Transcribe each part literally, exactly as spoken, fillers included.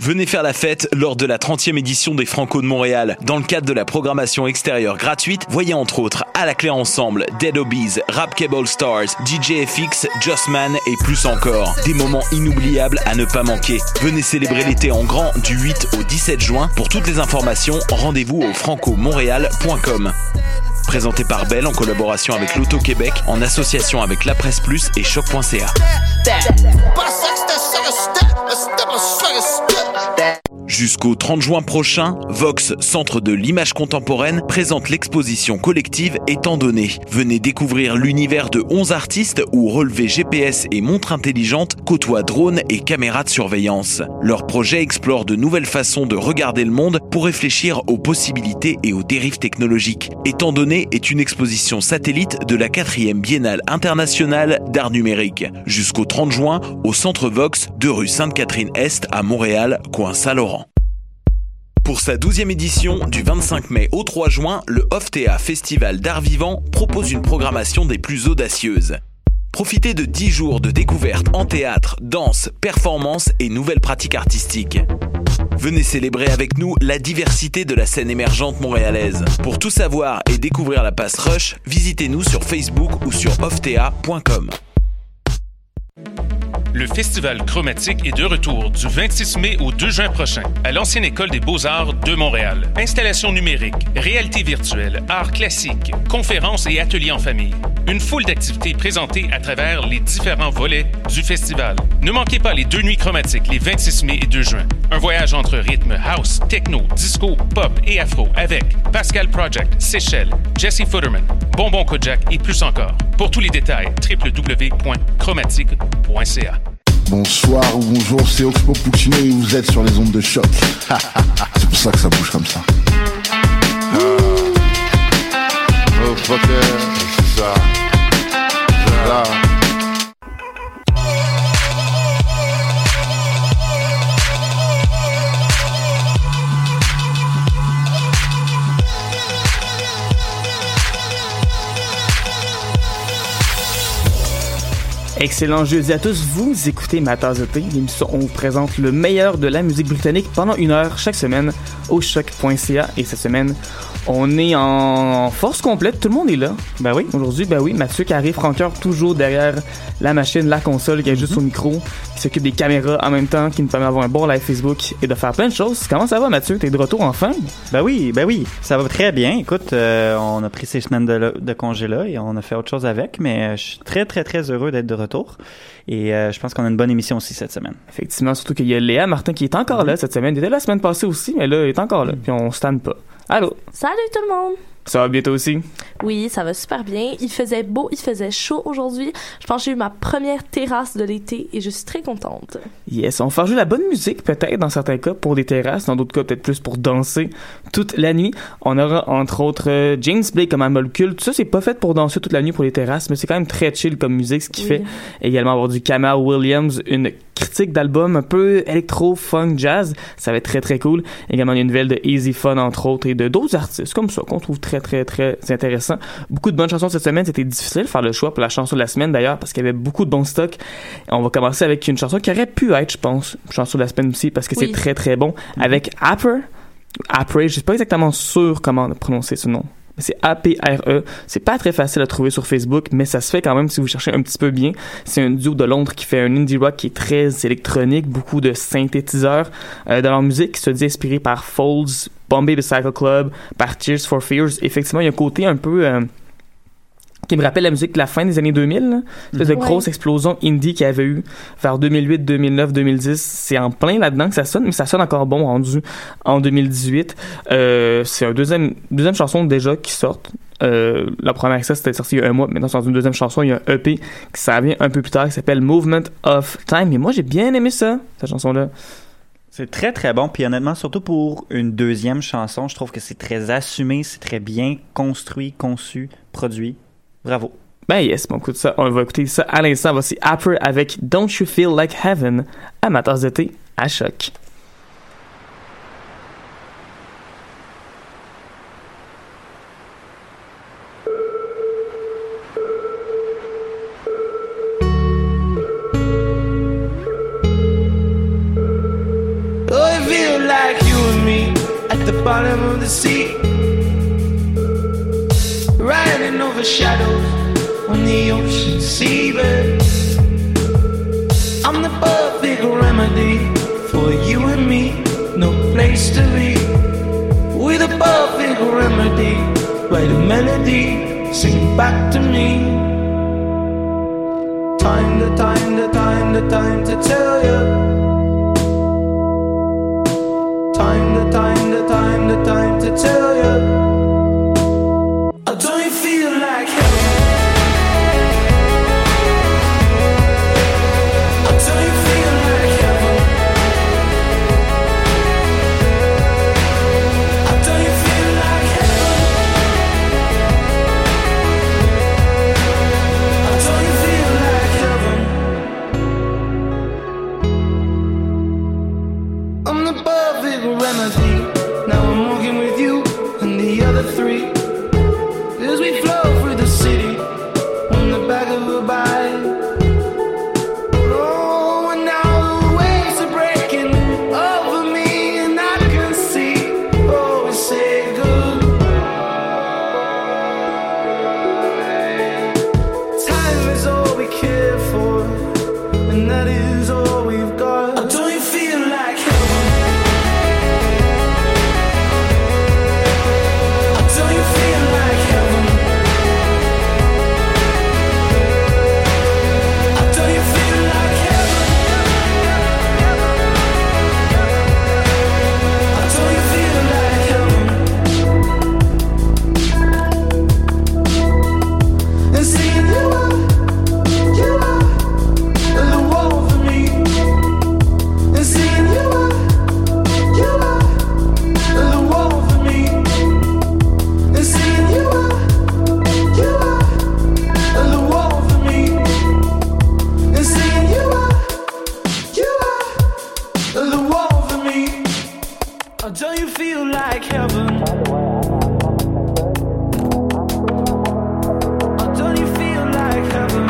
Venez faire la fête lors de la trentième édition des Franco de Montréal. Dans le cadre de la programmation extérieure gratuite, voyez entre autres À la clé ensemble, Dead Obies, Rap Cable Stars, D J F X, Jossman et plus encore. Des moments inoubliables à ne pas manquer. Venez célébrer l'été en grand du huit au dix-sept juin. Pour toutes les informations, rendez-vous au franco montréal point com. Présenté par Bell en collaboration avec l'Auto-Québec, en association avec La Presse Plus et Choc point C A. Jusqu'au trente juin prochain, Vox, Centre de l'image contemporaine, présente l'exposition collective Étant donné. Venez découvrir l'univers de onze artistes où relevés G P S et montres intelligentes côtoient drones et caméras de surveillance. Leur projet explore de nouvelles façons de regarder le monde pour réfléchir aux possibilités et aux dérives technologiques. Étant donné est une exposition satellite de la quatrième Biennale internationale d'art numérique. Jusqu'au trente juin, au Centre Vox, deux rue Sainte-Catherine-Est à Montréal, coin Saint-Laurent. Pour sa douzième édition, du vingt-cinq mai au trois juin, le OFTEA Festival d'art vivant propose une programmation des plus audacieuses. Profitez de dix jours de découvertes en théâtre, danse, performance et nouvelles pratiques artistiques. Venez célébrer avec nous la diversité de la scène émergente montréalaise. Pour tout savoir et découvrir la passe Rush, visitez-nous sur Facebook ou sur oftea point com. Le Festival Chromatique est de retour du vingt-six mai au deux juin prochain à l'Ancienne École des Beaux-Arts de Montréal. Installations numériques, réalité virtuelle, arts classiques, conférences et ateliers en famille. Une foule d'activités présentées à travers les différents volets du festival. Ne manquez pas les deux nuits chromatiques les vingt-six mai et deux juin. Un voyage entre rythme house, techno, disco, pop et afro avec Pascal Project, Seychelles, Jesse Futterman, Bonbon Kojak et plus encore. Pour tous les détails, w w w point chromatique point c a. Bonsoir ou bonjour, c'est Oxpo Puccino et vous êtes sur les ondes de choc. C'est pour ça que ça bouge comme ça. Ah. Oh fucker, c'est ça. Voilà. Excellent jeudi à tous, vous écoutez Ma Tasse de thé, l'émission où on vous présente le meilleur de la musique britannique pendant une heure chaque semaine au choc point c a. Et cette semaine, on est en force complète, tout le monde est là. Ben oui, aujourd'hui, ben oui, Mathieu qui arrive, Francoeur toujours derrière la machine, la console, qui est juste au micro, qui s'occupe des caméras en même temps, qui nous permet d'avoir un bon live Facebook et de faire plein de choses. Comment ça va, Mathieu? T'es de retour enfin? Ben oui, ben oui, ça va très bien. Écoute, euh, on a pris ces semaines de, de congé là et on a fait autre chose avec, mais je suis très très très heureux d'être de retour. Et euh, je pense qu'on a une bonne émission aussi cette semaine. Effectivement, surtout qu'il y a Léa Martin qui est encore là cette semaine. Il était là la semaine passée aussi, mais là, il est encore là. Puis on se tanne pas. Allô? Salut tout le monde! Ça va bien toi aussi? Oui, ça va super bien. Il faisait beau, il faisait chaud aujourd'hui. Je pense que j'ai eu ma première terrasse de l'été et je suis très contente. Yes, on va faire jouer la bonne musique peut-être dans certains cas pour des terrasses, dans d'autres cas peut-être plus pour danser toute la nuit. On aura entre autres euh, James Blake comme Molecule. Tout ça, c'est pas fait pour danser toute la nuit pour les terrasses, mais c'est quand même très chill comme musique, ce qui oui. fait également avoir du Kamal Williams, une critique d'album un peu électro, funk, jazz. Ça va être très très cool. Également, il y a une nouvelle de Easy Fun entre autres et de d'autres artistes comme ça qu'on trouve très très très intéressant. Beaucoup de bonnes chansons cette semaine. C'était difficile de faire le choix pour la chanson de la semaine d'ailleurs parce qu'il y avait beaucoup de bons stocks. On va commencer avec une chanson qui aurait pu être, je pense, une chanson de la semaine aussi parce que oui. c'est très très bon. Mm-hmm. Avec Apper. Apper, je suis pas exactement sûr comment prononcer ce nom. C'est A P R E. C'est pas très facile à trouver sur Facebook, mais ça se fait quand même si vous cherchez un petit peu bien. C'est un duo de Londres qui fait un indie rock qui est très électronique, beaucoup de synthétiseurs euh, dans leur musique, qui se dit inspiré par Folds, Bombay Bicycle Club, par Tears for Fears. Effectivement, il y a un côté un peu... Euh, qui me rappelle la musique de la fin des années deux mille, là. Cette mm-hmm. de grosse explosion indie qu'il y avait eu vers deux mille huit, deux mille neuf, deux mille dix. C'est en plein là-dedans que ça sonne, mais ça sonne encore bon rendu en deux mille dix-huit. Euh, c'est un deuxième, deuxième chanson déjà qui sort. Euh, la première ça c'était sorti il y a un mois, maintenant c'est dans une deuxième chanson, il y a un E P qui s'en vient un peu plus tard qui s'appelle Movement of Time. Et moi j'ai bien aimé ça, cette chanson-là. C'est très très bon, puis honnêtement, surtout pour une deuxième chanson, je trouve que c'est très assumé, c'est très bien construit, conçu, produit. Bravo. Ben yes, bon, écoute ça, on va écouter ça à l'instant. Voici Apper avec Don't You Feel Like Heaven à ma tasse de thé à Choc. Oh, bottom of the sea, riding over shadows on the ocean seabed. I'm the perfect remedy for you and me, no place to be. With a perfect remedy, write a melody, sing back to me. Time, the time, the time, the time to tell you. Time, the time, the time, the time to tell you. Oh, don't you feel like heaven? Oh, don't you feel like heaven? Oh, don't you feel like heaven? Oh, don't you feel like heaven? I'm the perfect remedy. Now I'm walking with you and the other three, as we flow through the city on the back of a bike. Oh, and now the waves are breaking over me, and I can see, oh, we say goodbye. Time is all we care for, and that is all we've got. Oh, don't you feel like heaven? Oh, don't you feel like heaven? Oh, don't you feel like heaven? Oh, don't you feel like heaven? And seeing you are, you are the wall for me. And seeing you are, you are the wall for me. And seeing you are, you are the wall for me. And seeing you are, you are the wall for me. Oh, don't you feel like heaven? Oh, don't you feel like heaven?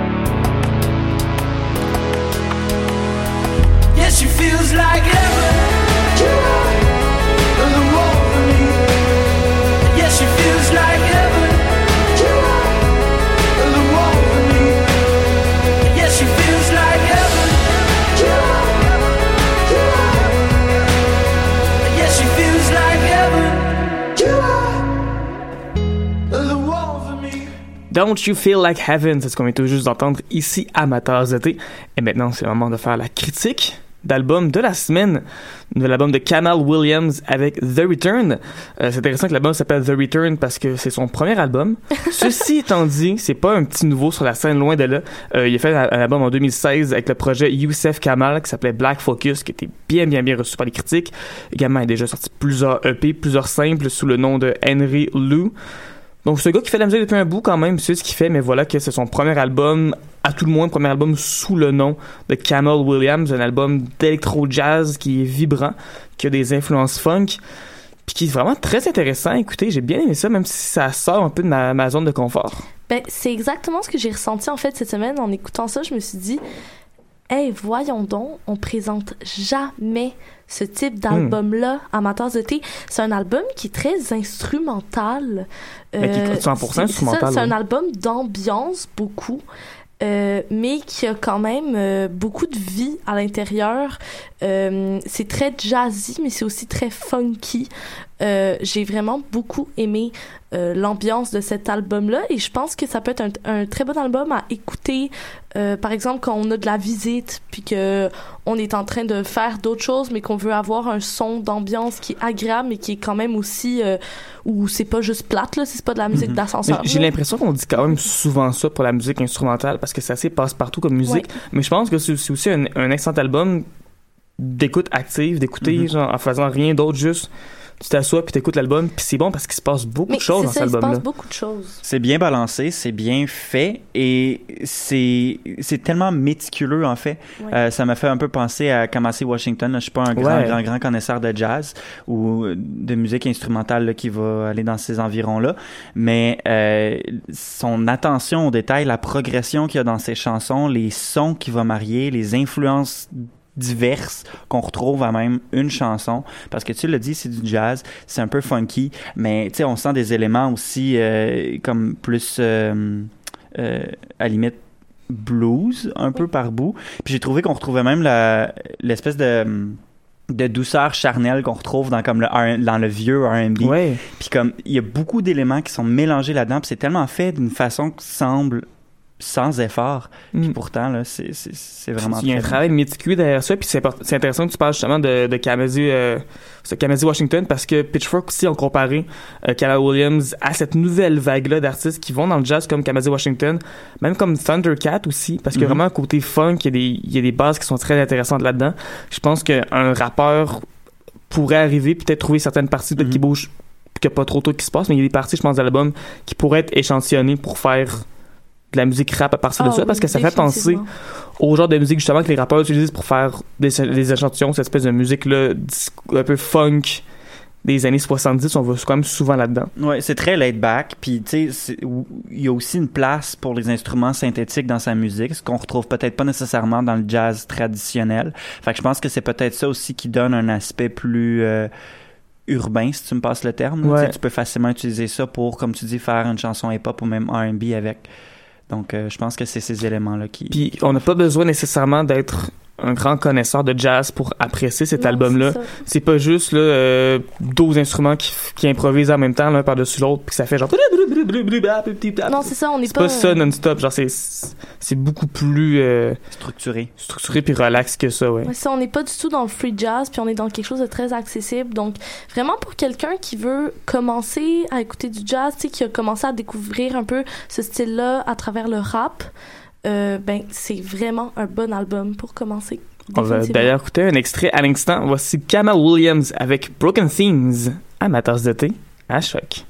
Yes, she feels like heaven. You are the wall for me. Yes, she feels like heaven. You are the wall for me. Yes, she feels like heaven. You are, you are. Yes, she feels like heaven. You are the wall for me. Don't You Feel Like Heaven, c'est ce qu'on vient tout juste d'entendre ici à ma tasse de thé. Et maintenant, c'est le moment de faire la critique d'album de la semaine, de l'album de Kamal Williams avec The Return. Euh, c'est intéressant que l'album s'appelle The Return parce que c'est son premier album. Ceci étant dit, c'est pas un petit nouveau sur la scène, loin de là. Euh, il a fait un, un album en deux mille seize avec le projet Youssef Kamal qui s'appelait Black Focus, qui était bien bien bien reçu par les critiques. Également, il a déjà sorti plusieurs E P, plusieurs simples sous le nom de Henry Lou. Donc, c'est un gars qui fait de la musique depuis un bout quand même, c'est ce qu'il fait, mais voilà que c'est son premier album, à tout le moins, premier album sous le nom de Kamal Williams, un album d'électro-jazz qui est vibrant, qui a des influences funk, puis qui est vraiment très intéressant. Écoutez, j'ai bien aimé ça, même si ça sort un peu de ma, ma zone de confort. Ben, c'est exactement ce que j'ai ressenti en fait cette semaine en écoutant ça. Je me suis dit, hey, voyons donc, on présente jamais ce type d'album-là à ma tasse de thé. C'est un album qui est très instrumental. Mais qui est cent pour cent c'est, instrumental. C'est, ça, c'est oui. un album d'ambiance, beaucoup. Euh, mais qui a quand même euh, beaucoup de vie à l'intérieur. Euh, c'est très jazzy, mais c'est aussi très funky. Euh, j'ai vraiment beaucoup aimé euh, l'ambiance de cet album-là et je pense que ça peut être un, un très bon album à écouter, euh, par exemple, quand on a de la visite puis que on est en train de faire d'autres choses, mais qu'on veut avoir un son d'ambiance qui est agréable, mais qui est quand même aussi... Euh, où c'est pas juste plate, là, c'est pas de la musique mm-hmm. d'ascenseur. Mais j'ai l'impression qu'on dit quand même souvent ça pour la musique instrumentale parce que c'est assez passe-partout comme musique, ouais. Mais je pense que c'est, c'est aussi un, un excellent album d'écoute active, d'écouter mm-hmm. genre, en faisant rien d'autre, juste tu t'assois puis t'écoutes l'album puis c'est bon parce qu'il se passe beaucoup mais de choses dans ça, cet album-là. Il se passe beaucoup de choses. C'est bien balancé, c'est bien fait et c'est c'est tellement méticuleux en fait. Ouais. Euh, ça m'a fait un peu penser à Kamasi Washington. Là. Je suis pas un grand, ouais. grand grand connaisseur de jazz ou de musique instrumentale là, qui va aller dans ces environs-là, mais euh, son attention aux détails, la progression qu'il y a dans ses chansons, les sons qu'il va marier, les influences diverses qu'on retrouve à même une chanson. Parce que tu l'as dit, c'est du jazz, c'est un peu funky, mais tu sais, on sent des éléments aussi euh, comme plus euh, euh, à la limite blues un oui. peu par bout. Puis j'ai trouvé qu'on retrouvait même la, l'espèce de de douceur charnelle qu'on retrouve dans comme le R- dans le vieux R and B. Ouais. Puis comme il y a beaucoup d'éléments qui sont mélangés là-dedans, puis c'est tellement fait d'une façon qui semble sans effort. Mm. Puis pourtant là, c'est c'est c'est vraiment il y a un travail méticuleux derrière ça, puis c'est, c'est intéressant que tu parles justement de de Kamasi euh, Kamasi Washington, parce que Pitchfork aussi ont comparé euh, Kamau Williams à cette nouvelle vague-là d'artistes qui vont dans le jazz comme Kamasi Washington, même comme Thundercat aussi, parce qu'il y a mm-hmm. vraiment un côté funk, il y a des il y a des bases qui sont très intéressantes là-dedans. Je pense qu'un rappeur pourrait arriver, peut-être trouver certaines parties mm-hmm. qui bougent, qu'il n'y a pas trop tôt qui se passe, mais il y a des parties, je pense, de l'album qui pourraient être échantillonnées pour faire de la musique rap à partir de oh, ça, oui, parce que ça fait penser au genre de musique justement que les rappeurs utilisent pour faire des, des échantillons, cette espèce de musique-là un peu funk des années soixante-dix, on va quand même souvent là-dedans. Ouais, c'est très laid back, puis tu sais, il y a aussi une place pour les instruments synthétiques dans sa musique, ce qu'on retrouve peut-être pas nécessairement dans le jazz traditionnel. Fait que je pense que c'est peut-être ça aussi qui donne un aspect plus euh, urbain, si tu me passes le terme. Ouais. Tu peux facilement utiliser ça pour, comme tu dis, faire une chanson hip-hop ou même R and B avec. Donc, euh, je pense que c'est ces éléments-là qui... Puis, on n'a pas besoin nécessairement d'être un grand connaisseur de jazz pour apprécier cet non, album-là. C'est, c'est pas juste là, euh, douze instruments qui, qui improvisent en même temps l'un par-dessus l'autre, puis ça fait genre... Non, c'est ça, on n'est c'est pas... pas ça non-stop, genre c'est, c'est beaucoup plus... Euh, structuré. Structuré puis relax que ça, ouais. ouais ça, on n'est pas du tout dans le free jazz, puis on est dans quelque chose de très accessible. Donc, vraiment, pour quelqu'un qui veut commencer à écouter du jazz, tu sais, qui a commencé à découvrir un peu ce style-là à travers le rap... Euh, ben, c'est vraiment un bon album pour commencer. On va d'ailleurs écouter un extrait à l'instant. Voici Kamau Williams avec Broken Themes à ma tasse de thé à Choc.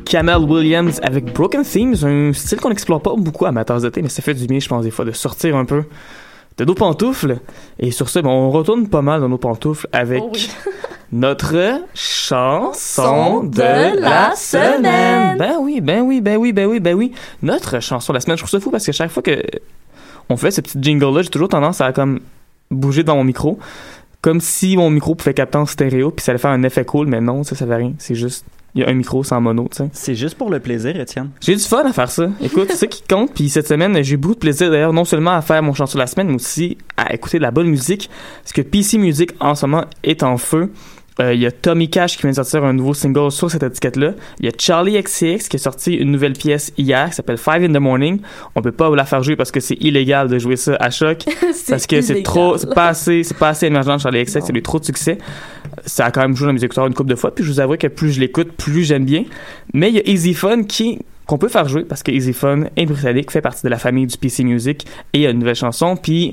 Kamel Williams avec Broken Themes, un style qu'on n'explore pas beaucoup à Amateurs d'été, mais ça fait du bien, je pense, des fois, de sortir un peu de nos pantoufles. Et sur ce, ben, on retourne pas mal dans nos pantoufles avec Oh oui. notre chanson Son de, de la la semaine. semaine. Ben oui, ben oui, ben oui, ben oui, ben oui. Notre chanson de la semaine. Je trouve ça fou parce que chaque fois que on fait ce petit jingle-là, j'ai toujours tendance à comme bouger dans mon micro. Comme si mon micro pouvait capter en stéréo puis ça allait faire un effet cool, mais non, ça, ça fait rien. C'est juste, il y a un micro sans mono, tu sais. C'est juste pour le plaisir, Étienne. J'ai du fun à faire ça. Écoute, c'est ça qui compte. Puis cette semaine, j'ai eu beaucoup de plaisir d'ailleurs, non seulement à faire mon chanson de la semaine, mais aussi à écouter de la bonne musique. Parce que P C Music, en ce moment, est en feu. Il euh, y a Tommy Cash qui vient de sortir un nouveau single sur cette étiquette-là. Il y a Charlie X C X qui a sorti une nouvelle pièce hier qui s'appelle Five in the Morning. On peut pas la faire jouer parce que c'est illégal de jouer ça à Choc. C'est parce que c'est illégal. trop, c'est pas assez, c'est pas assez émergent de Charlie X C X, c'est lui trop de succès. Ça a quand même joué dans mes écouteurs une couple de fois, puis je vous avoue que plus je l'écoute, plus j'aime bien. Mais il y a Easy Fun qui qu'on peut faire jouer parce que Easy Fun est britannique, fait partie de la famille du P C Music et il y a une nouvelle chanson, puis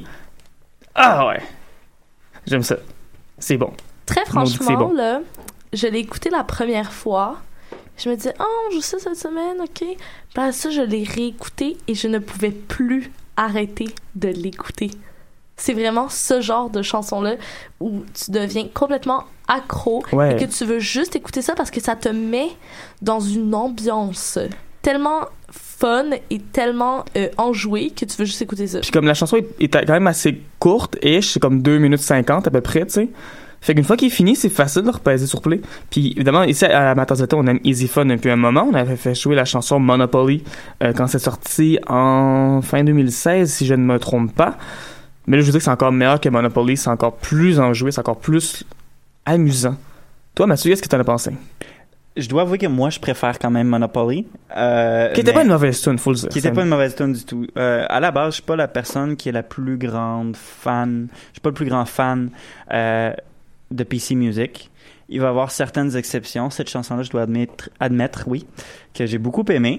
ah ouais, j'aime ça, c'est bon. Très Maudit que c'est franchement, bon. là, je l'ai écouté la première fois. Je me disais, oh, je sais cette semaine, ok. Puis après ça, je l'ai réécouté et je ne pouvais plus arrêter de l'écouter. C'est vraiment ce genre de chanson-là où tu deviens complètement accro Ouais. et que tu veux juste écouter ça parce que ça te met dans une ambiance tellement fun et tellement euh, enjouée que tu veux juste écouter ça. Puis comme la chanson est, est quand même assez courte, et c'est comme deux minutes cinquante à peu près, tu sais. Fait qu'une fois qu'il est fini, c'est facile de repaiser sur play. Puis évidemment, ici à Amateurs d'été, on aime Easy Fun depuis un moment. On avait fait jouer la chanson Monopoly euh, quand c'est sorti en fin deux mille seize, si je ne me trompe pas. Mais là, je vous dis que c'est encore meilleur que Monopoly, c'est encore plus enjoué, c'est encore plus amusant. Toi, Mathieu, qu'est-ce que t'en as pensé? Je dois avouer que moi, je préfère quand même Monopoly. Euh, Qui était mais- pas une mauvaise tune, faut le dire. Qui était Ça- pas une mauvaise tune du tout. Euh, à la base, je suis pas la personne qui est la plus grande fan. Je suis pas le plus grand fan euh, de P C Music. Il va y avoir certaines exceptions. Cette chanson-là, je dois admettre, admettre, oui, que j'ai beaucoup aimé.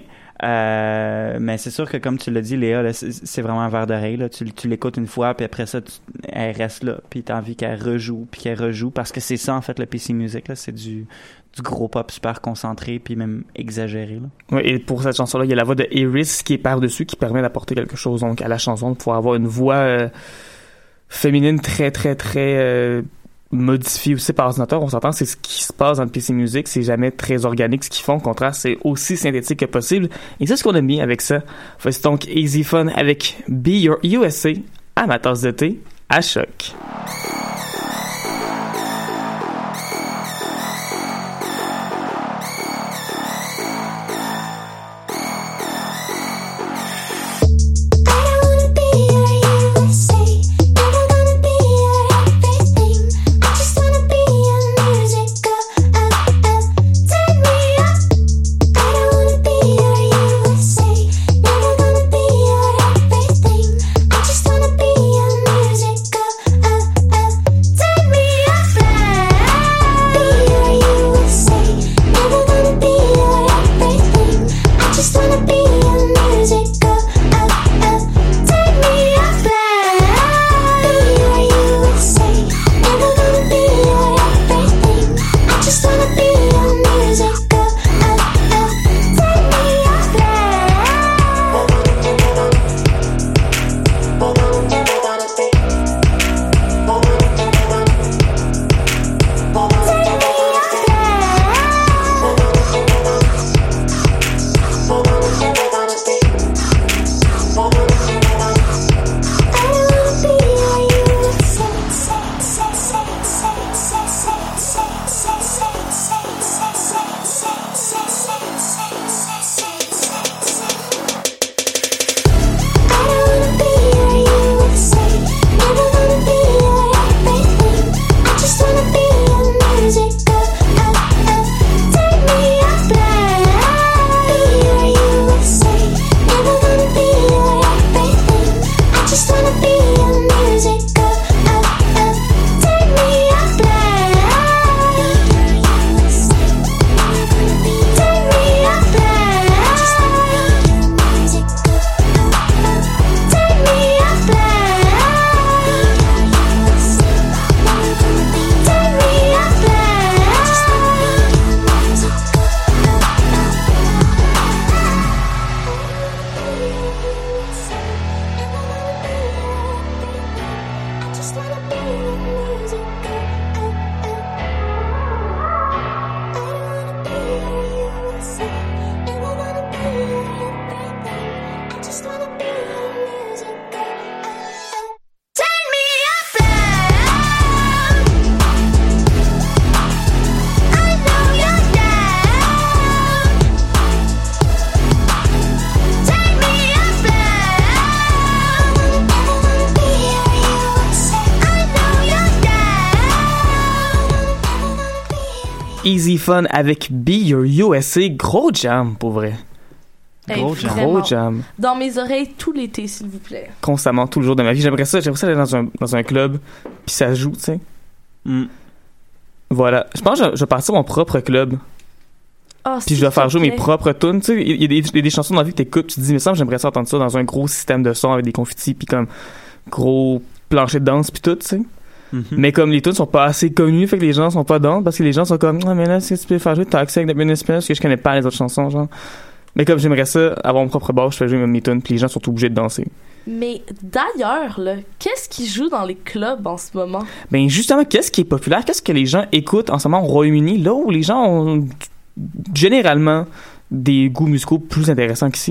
Euh, mais c'est sûr que comme tu l'as dit, Léa, là, c'est, c'est vraiment un verre d'oreille. Là. Tu, tu l'écoutes une fois, puis après ça, tu, elle reste là, puis t'as envie qu'elle rejoue, puis qu'elle rejoue, parce que c'est ça en fait le P C Music. Là, c'est du, du gros pop super concentré, puis même exagéré. Là. Ouais, et pour cette chanson-là, il y a la voix de Iris qui est par-dessus, qui permet d'apporter quelque chose donc à la chanson, de pouvoir avoir une voix euh, féminine très, très, très euh, modifiée aussi par ordinateur. On s'entend, c'est ce qui se passe dans le P C Music, c'est jamais très organique ce qu'ils font. Au contraire, c'est aussi synthétique que possible. Et c'est ce qu'on aime bien avec ça. Voici donc Easy Fun avec Be Your U S A, Amateurs d'été, à Choc. Everything. I just wanna be your music. Easy Fun avec Be Your U S A. Gros jam, pour vrai. Hey, Gros jam. vraiment. Gros jam. Dans mes oreilles tout l'été, s'il vous plaît. Constamment, tout le jour de ma vie. J'aimerais ça, j'aimerais ça aller dans un, dans un club, puis ça joue, tu sais. Mm. Voilà. Je pense que je, je vais partir mon propre club, Oh, puis je vais faire jouer mes propres tunes. Tu sais, il y, a des- il y a des chansons dans la vie que t'écoutes, tu te dis, mais ça, j'aimerais ça entendre ça dans un gros système de son avec des confettis, puis comme gros plancher de danse, puis tout, tu sais. Mhm. Mais comme les tunes sont pas assez connues, fait que les gens sont pas dans, parce que les gens sont comme, ah, mais là, si tu peux faire jouer Toxic de Britney Spears, parce que je connais pas les autres chansons, genre. Mais comme j'aimerais ça, avoir mon propre bar, je fais jouer mes tunes, puis les gens sont obligés de danser. Mais d'ailleurs, là, qu'est-ce qui joue dans les clubs en ce moment? Ben justement, qu'est-ce qui est populaire? Qu'est-ce que les gens écoutent en ce moment au Royaume-Uni, là où les gens ont généralement des goûts musicaux plus intéressants qu'ici?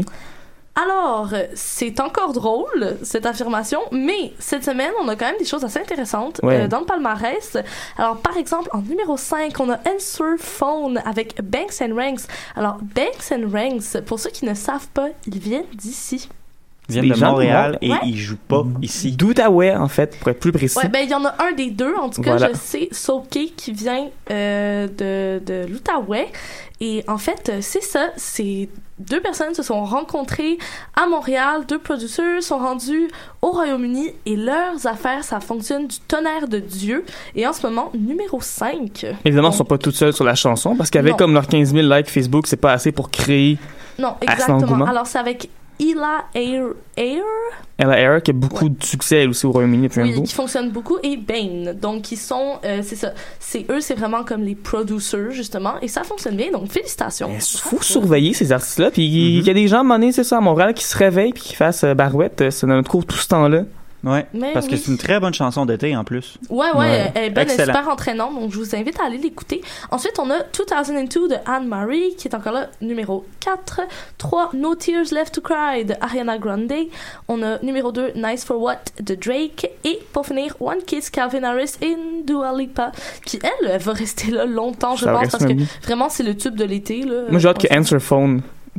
Alors, c'est encore drôle, cette affirmation, mais cette semaine, on a quand même des choses assez intéressantes Ouais. euh, dans le palmarès. Alors, par exemple, en numéro cinq, on a Answer Phone avec Banks and Ranks. Alors, Banks and Ranks, pour ceux qui ne savent pas, ils viennent d'ici. Ils viennent Des de gens de Montréal et Ouais. ils jouent pas ici. D'Outaouais, en fait, pour être plus précis. Ouais, ben, il y en a un des deux. En tout cas, Voilà. je sais, Soke, qui vient euh, de, de l'Outaouais. Et en fait, euh, c'est ça. C'est deux personnes se sont rencontrées à Montréal. Deux producers sont rendus au Royaume-Uni. Et leurs affaires, ça fonctionne du tonnerre de Dieu. Et en ce moment, numéro cinq. Évidemment, ils Donc, sont pas toutes seules sur la chanson, parce qu'avec Non. comme leurs quinze mille likes Facebook, c'est pas assez pour créer Non, à cet exactement. engouement. Alors, c'est avec Ila Air, Air Ella Air, qui a beaucoup de succès, elle aussi, au Royaume-Uni depuis un oui, bout. qui fonctionne beaucoup, et Bane. Donc, ils sont, euh, c'est ça, c'est eux, c'est vraiment comme les producers, justement, et ça fonctionne bien, donc félicitations. Il faut surveiller ces artistes-là, puis il y a des gens, à un moment donné, c'est ça, à Montréal, qui se réveillent puis qui fassent euh, barouette, euh, c'est dans notre cours tout ce temps-là. Ouais, Mais parce que oui. c'est une très bonne chanson d'été en plus. Ouais, ouais, Ouais. elle est bonne, elle est Excellent. super entraînante, donc je vous invite à aller l'écouter. Ensuite, on a deux mille deux de Anne-Marie, qui est encore là, numéro quatre. trois, No Tears Left to Cry de Ariana Grande. On a numéro deux, Nice for What de Drake. Et pour finir, One Kiss, Calvin Harris et Dua Lipa, qui, elle, elle va rester là longtemps, je Ça pense, reste parce que même. vraiment, c'est le tube de l'été. Là. Moi, j'ai hâte Ouais. que Answer Phone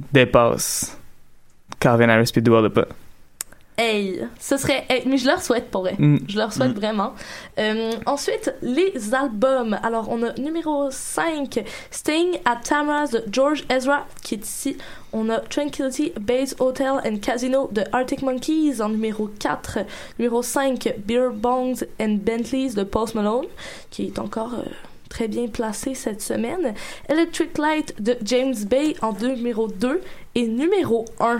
dépasse Calvin Harris puis Dua Lipa. Hey, ce serait. Hey, mais je leur souhaite pour vrai. Mm. Je leur souhaite Mm. vraiment. Euh, ensuite, les albums. Alors, on a numéro cinq, Staying at Tamara's de George Ezra, qui est ici. On a Tranquility Base Hotel and Casino de Arctic Monkeys en numéro quatre. Numéro cinq, Beer Bongs and Bentleys de Post Malone, qui est encore euh, très bien placé cette semaine. Electric Light de James Bay en numéro deux. Et numéro un,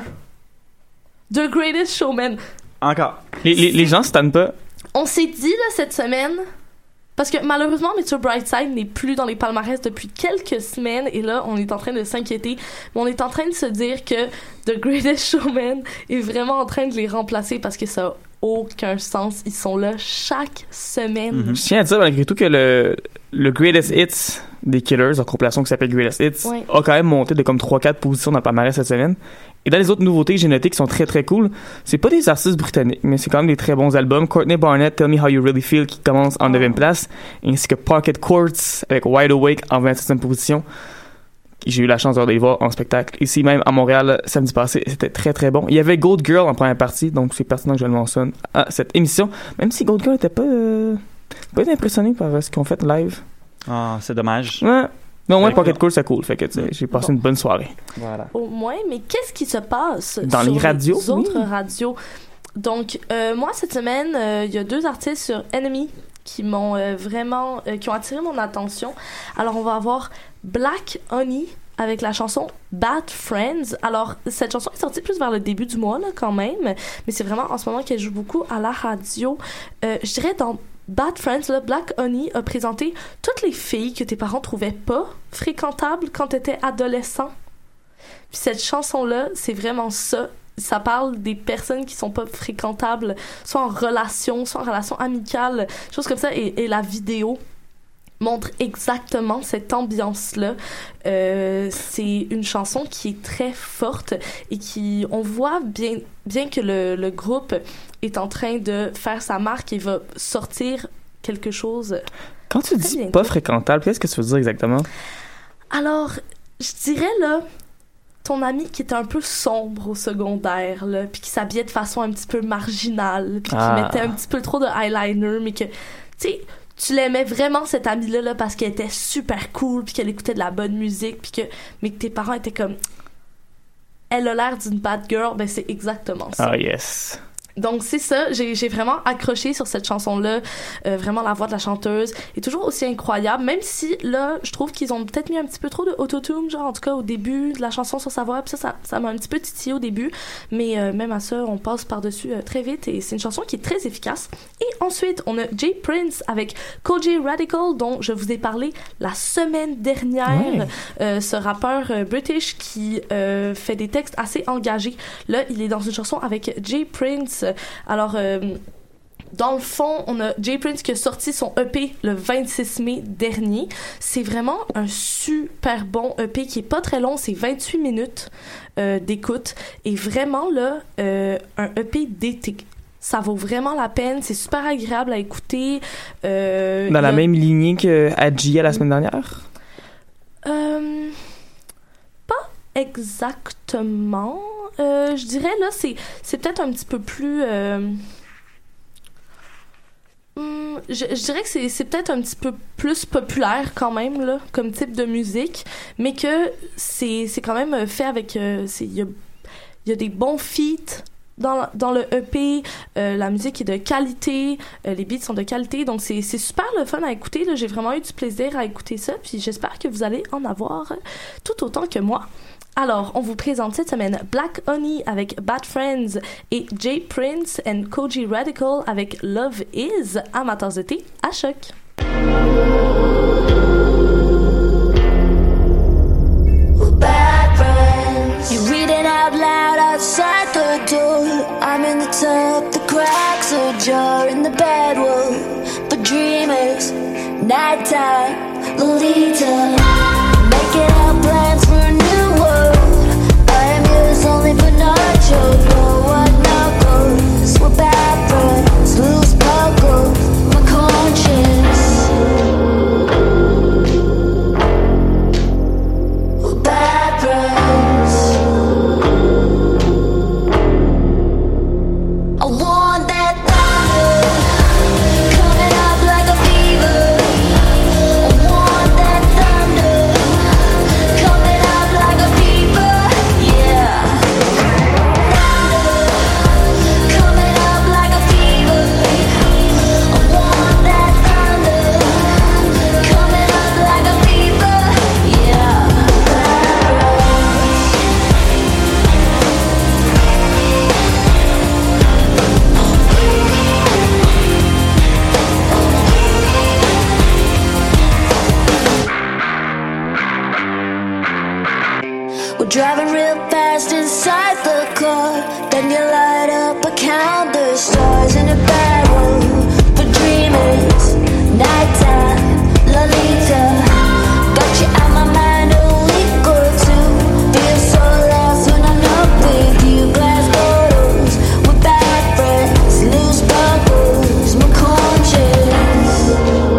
The Greatest Showman. Encore. Les, les, les gens se tannent pas. On s'est dit là cette semaine, parce que malheureusement mister Brightside n'est plus dans les palmarès depuis quelques semaines, et là on est en train de s'inquiéter, mais on est en train de se dire que The Greatest Showman est vraiment en train de les remplacer, parce que ça a aucun sens. Ils sont là chaque semaine. Je tiens à dire malgré tout que le, le Greatest Hits des Killers, en compilation qui s'appelle Greatest Hits, Ouais. a quand même monté de comme trois quatre positions dans le palmarès cette semaine. Et dans les autres nouveautés que j'ai notées qui sont très très cool, c'est pas des artistes britanniques, mais c'est quand même des très bons albums. Courtney Barnett, Tell Me How You Really Feel, qui commence en Oh. neuvième place, ainsi que Pocket Quartz avec Wide Awake en vingt-septième position. J'ai eu la chance de les voir en spectacle ici même à Montréal samedi passé. C'était très très bon. Il y avait Gold Girl en première partie, donc c'est pertinent que je le mentionne à cette émission. Même si Gold Girl n'était pas, euh, pas été impressionné par euh, ce qu'ils ont fait live. Ah, c'est dommage. Ouais. Mais au moins, D'accord. Pocket Cool, c'est cool. Fait que, tu sais, j'ai passé Bon. une bonne soirée. Voilà. Au moins, mais qu'est-ce qui se passe Dans sur les radios, les autres oui. radios? Donc, euh, moi, cette semaine, euh, il y a deux artistes sur Enemy qui m'ont euh, vraiment... euh, qui ont attiré mon attention. Alors, on va avoir Black Honey avec la chanson Bad Friends. Alors, cette chanson est sortie plus vers le début du mois, là, quand même, mais c'est vraiment en ce moment qu'elle joue beaucoup à la radio. Euh, je dirais dans Bad Friends, là, Black Honey a présenté toutes les filles que tes parents trouvaient pas fréquentables quand t'étais adolescent. Puis cette chanson-là, c'est vraiment ça. Ça parle des personnes qui sont pas fréquentables, soit en relation, soit en relation amicale, choses comme ça. Et, et la vidéo montre exactement cette ambiance-là. Euh, c'est une chanson qui est très forte et qui, on voit bien, bien que le, le groupe est en train de faire sa marque et va sortir quelque chose. Quand tu Très dis bientôt. pas fréquentable, qu'est-ce que tu veux dire exactement? Alors, je dirais là, ton ami qui était un peu sombre au secondaire, là, puis qui s'habillait de façon un petit peu marginale, puis Ah. qui mettait un petit peu trop de eyeliner, mais que, tu sais, tu l'aimais vraiment, cette amie-là, là, parce qu'elle était super cool, puis qu'elle écoutait de la bonne musique, puis que, mais que tes parents étaient comme, elle a l'air d'une bad girl, ben c'est exactement ça. Ah, yes. Donc c'est ça, j'ai, j'ai vraiment accroché sur cette chanson-là, euh, vraiment la voix de la chanteuse est toujours aussi incroyable, même si là, je trouve qu'ils ont peut-être mis un petit peu trop de autotune, genre en tout cas au début de la chanson sur sa voix, puis ça, ça, ça m'a un petit peu titillé au début, mais euh, même à ça, on passe par-dessus euh, très vite et c'est une chanson qui est très efficace. Et ensuite, on a J. Prince avec Kojey Radical, dont je vous ai parlé la semaine dernière, ouais. euh, ce rappeur euh, british qui euh, fait des textes assez engagés. Là, il est dans une chanson avec J. Prince. Alors, euh, dans le fond, on a J. Prince qui a sorti son E P le vingt-six mai dernier. C'est vraiment un super bon E P qui est pas très long, c'est vingt-huit minutes euh, d'écoute. Et vraiment, là, euh, un E P d'été. Ça vaut vraiment la peine, c'est super agréable à écouter. Euh, Dans la a... même lignée que Adjia la semaine dernière? Euh... Pas exactement. Euh, je dirais, là, c'est, c'est peut-être un petit peu plus... Euh... Hum, je, je dirais que c'est, c'est peut-être un petit peu plus populaire quand même, là, comme type de musique, mais que c'est, c'est quand même fait avec... Euh, il y a, y a des bons feats dans, dans le E P, euh, la musique est de qualité, euh, les beats sont de qualité, donc c'est, c'est super le fun à écouter, là. J'ai vraiment eu du plaisir à écouter ça, puis j'espère que vous allez en avoir tout autant que moi. Alors, on vous présente cette semaine Black Honey avec Bad Friends et J. Prince and Kojey Radical avec Love Is, amateurs de thé à Choc. Bad friends, you're reading out loud outside the door. I'm in the tub, the cracks ajar in the bedroll. For dreamers, nighttime, Lolita, making out plans for a new world. I am yours only for nachos. No one knuckles. We're bad friends, loose buckles. My conscience. We're bad friends. I want that thunder coming up like a fever. I want that thunder coming up like a fever. Yeah. Thunder coming up like a fever. I want that thunder coming up like a fever. Yeah. We're driving real fast inside the car. Then you light up a count the stars in a barrel. For dreamers, nighttime, Lolita. Got you out my mind a week or two. Feel so lost when I'm not with you. Glass bottles, we're bad friends. Loose buckles, my conscience.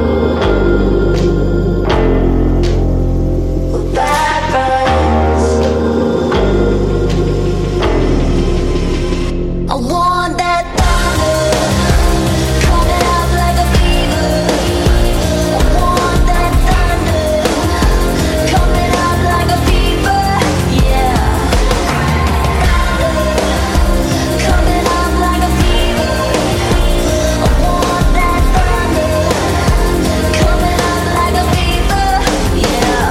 We're bad friends. I want that thunder coming up like a fever. I want that thunder coming up like a fever. Yeah. Thunder coming up like a fever. I want that thunder coming up like a fever. Yeah.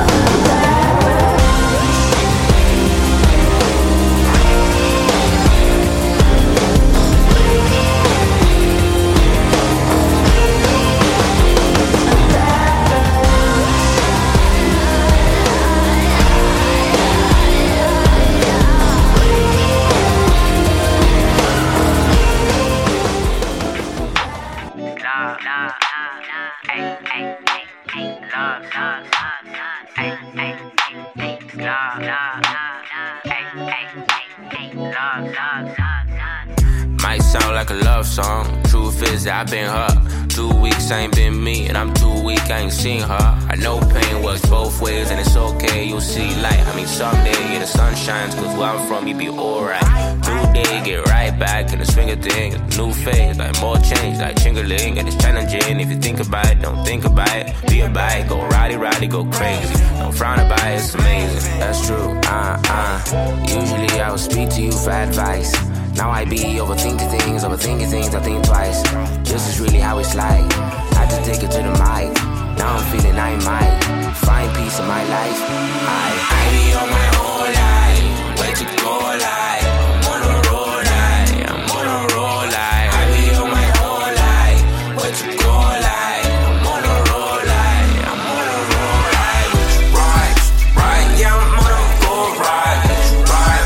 might sound like a love song. Truth is that I've been hurt. Two weeks I ain't been me, and I'm too weak, I ain't seen her. I know pain works both ways, and it's okay, you'll see light. I mean, someday, yeah, the sun shines, cause where I'm from, you be alright. Today, get right back in the swing of things. New phase, like more change, like Chingaling, and it's challenging. If you think about it, don't think about it. Be about it, go rowdy, rowdy, go crazy. Don't frown about it, it's amazing. That's true, uh, uh. Usually I would speak to you for advice. Now I be overthinking things, overthinking things, I think twice. This is really how it's like. Had to take it to the mic. Now I'm feeling I might find peace in my life. I, I be on my own life. Where to go like? I'm on a roll like. I'm on a roll like. I be on my own life. Where to go like? I'm on a roll like. I'm on a roll like. Right, right, yeah, I'm on a roll right. Right,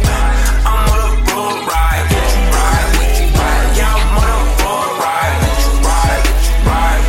I'm on a roll right. Right, right, yeah, I'm on a roll right. Right, right,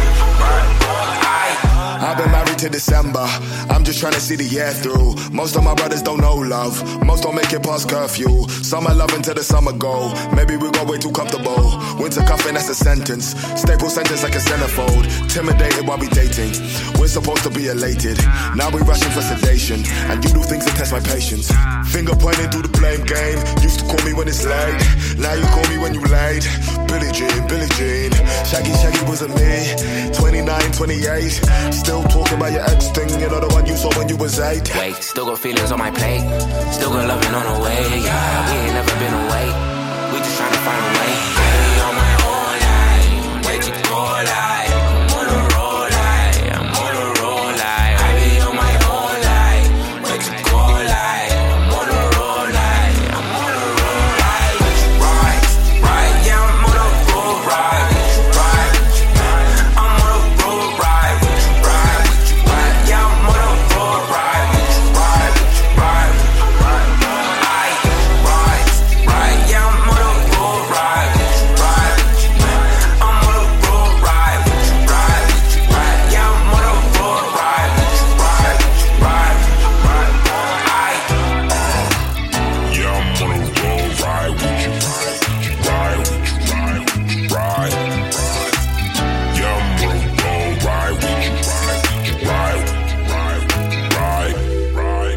right. I've been married to December. I'm just trying to see the year through. Most of my brothers don't know love. Most don't make it past curfew. Summer love until the summer go. Maybe we got way too comfortable. Winter cuffing, that's a sentence. Staple sentence like a centerfold. Intimidated while we dating. We're supposed to be elated. Now we rushing for sedation. And you do things to test my patience. Finger pointing through the blame game. Used to call me when it's late. Now you call me when you late. Billie Jean, Billie Jean. Shaggy, Shaggy wasn't me. twenty-nine, twenty-eight. Still talking about your ex thing. You know the one you saw when you was eight. Wait, still got feelings on my plate. Still got loving on the way. Yeah, we ain't never been away. We just trying to find a way. I be on my own line. Where to go like? I'm on a roll like. I'm on a roll like. I be on my own line. Where to go like? I'm on a roll like. I'm on a roll like. Right, right, yeah, I'm on a roll right. Right, I'm on a roll right. Right, right, yeah, I'm on a roll right. Right, right, right, right, right, right, yeah, I'm on a roll right. Right, I'm on a roll right. Right, right, yeah, I'm on a roll right. Right, right, right, right. Yeah, I'm on a roll ride with you. Ride with you, ride with you, ride, ride. Yeah, I'm on a roll ride with you. Ride with you, ride with you, ride, ride,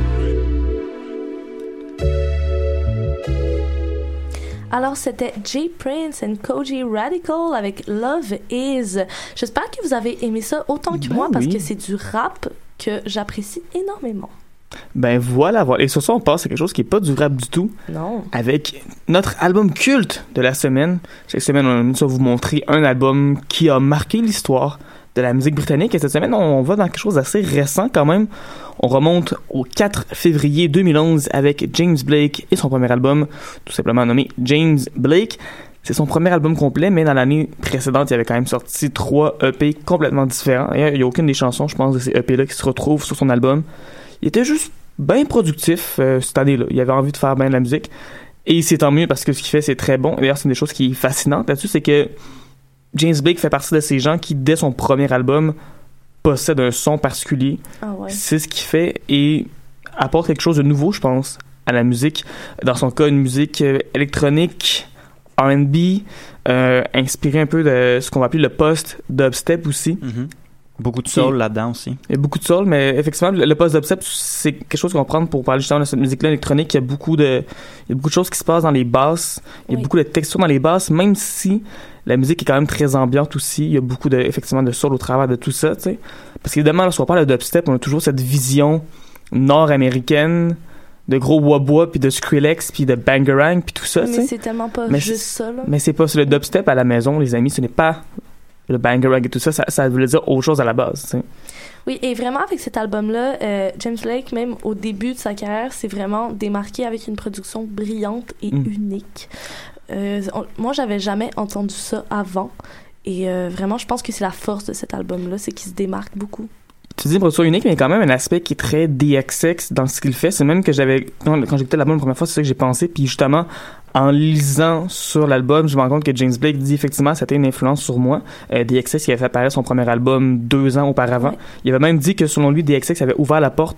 Alors, c'était J Prince and Koji Radical avec Love Is. J'espère que vous avez aimé ça autant que Ben moi parce oui. que c'est du rap que j'apprécie énormément. Ben voilà, voilà. Et sur ça, on passe à quelque chose qui est pas du rap du tout. Non. Avec notre album culte de la semaine. Chaque semaine, on va vous montrer un album qui a marqué l'histoire de la musique britannique. Et cette semaine, on va dans quelque chose d'assez récent quand même. On remonte au quatre février deux mille onze avec James Blake et son premier album, tout simplement nommé James Blake. C'est son premier album complet, mais dans l'année précédente, il avait quand même sorti trois E P complètement différents. Et il n'y a aucune des chansons, je pense, de ces E P-là qui se retrouvent sur son album. Il était juste bien productif euh, cette année-là. Il avait envie de faire bien de la musique. Et c'est tant mieux parce que ce qu'il fait, c'est très bon. Et d'ailleurs, c'est une des choses qui est fascinante là-dessus, c'est que James Blake fait partie de ces gens qui, dès son premier album, possède un son particulier. Ah ouais. C'est ce qu'il fait et apporte quelque chose de nouveau, je pense, à la musique. Dans son cas, une musique euh, électronique, R and B, euh, inspirée un peu de ce qu'on va appeler le post-dubstep aussi. Mm-hmm. Beaucoup de soul Et, là-dedans aussi. Il y a beaucoup de soul, mais effectivement, le, le post-dubstep, c'est quelque chose qu'on va prendre pour parler justement de cette musique-là électronique. Il y a beaucoup de, il y a beaucoup de choses qui se passent dans les basses. Il y a Oui. beaucoup de textures dans les basses, même si la musique est quand même très ambiante aussi. Il y a beaucoup de, effectivement, de soul au travers de tout ça, tu sais. Parce qu'évidemment, lorsqu'on parle de dubstep, on a toujours cette vision nord-américaine de gros wah-wah, puis de Skrillex, puis de Bangarang, puis tout ça, tu Mais sais. c'est tellement pas Mais juste c'est- ça, là. Mais c'est pas c'est le dubstep à la maison, les amis. Ce n'est pas le Bangarang et tout ça. Ça, ça voulait dire autre chose à la base, tu sais. Oui, et vraiment, avec cet album-là, euh, James Blake, même au début de sa carrière, s'est vraiment démarqué avec une production brillante et Mm. unique. Euh, on- moi, j'avais jamais entendu ça avant. Et euh, vraiment, je pense que c'est la force de cet album-là, c'est qu'il se démarque beaucoup. Tu dis une production unique, mais il y a quand même un aspect qui est très D X X dans ce qu'il fait. C'est même que j'avais, quand, quand j'écoutais l'album la première fois, c'est ça que j'ai pensé. Puis justement, en lisant sur l'album, je me rends compte que James Blake dit effectivement c'était une influence sur moi. Euh, D X X, il avait fait apparaître son premier album deux ans auparavant. Ouais. Il avait même dit que selon lui, D X X avait ouvert la porte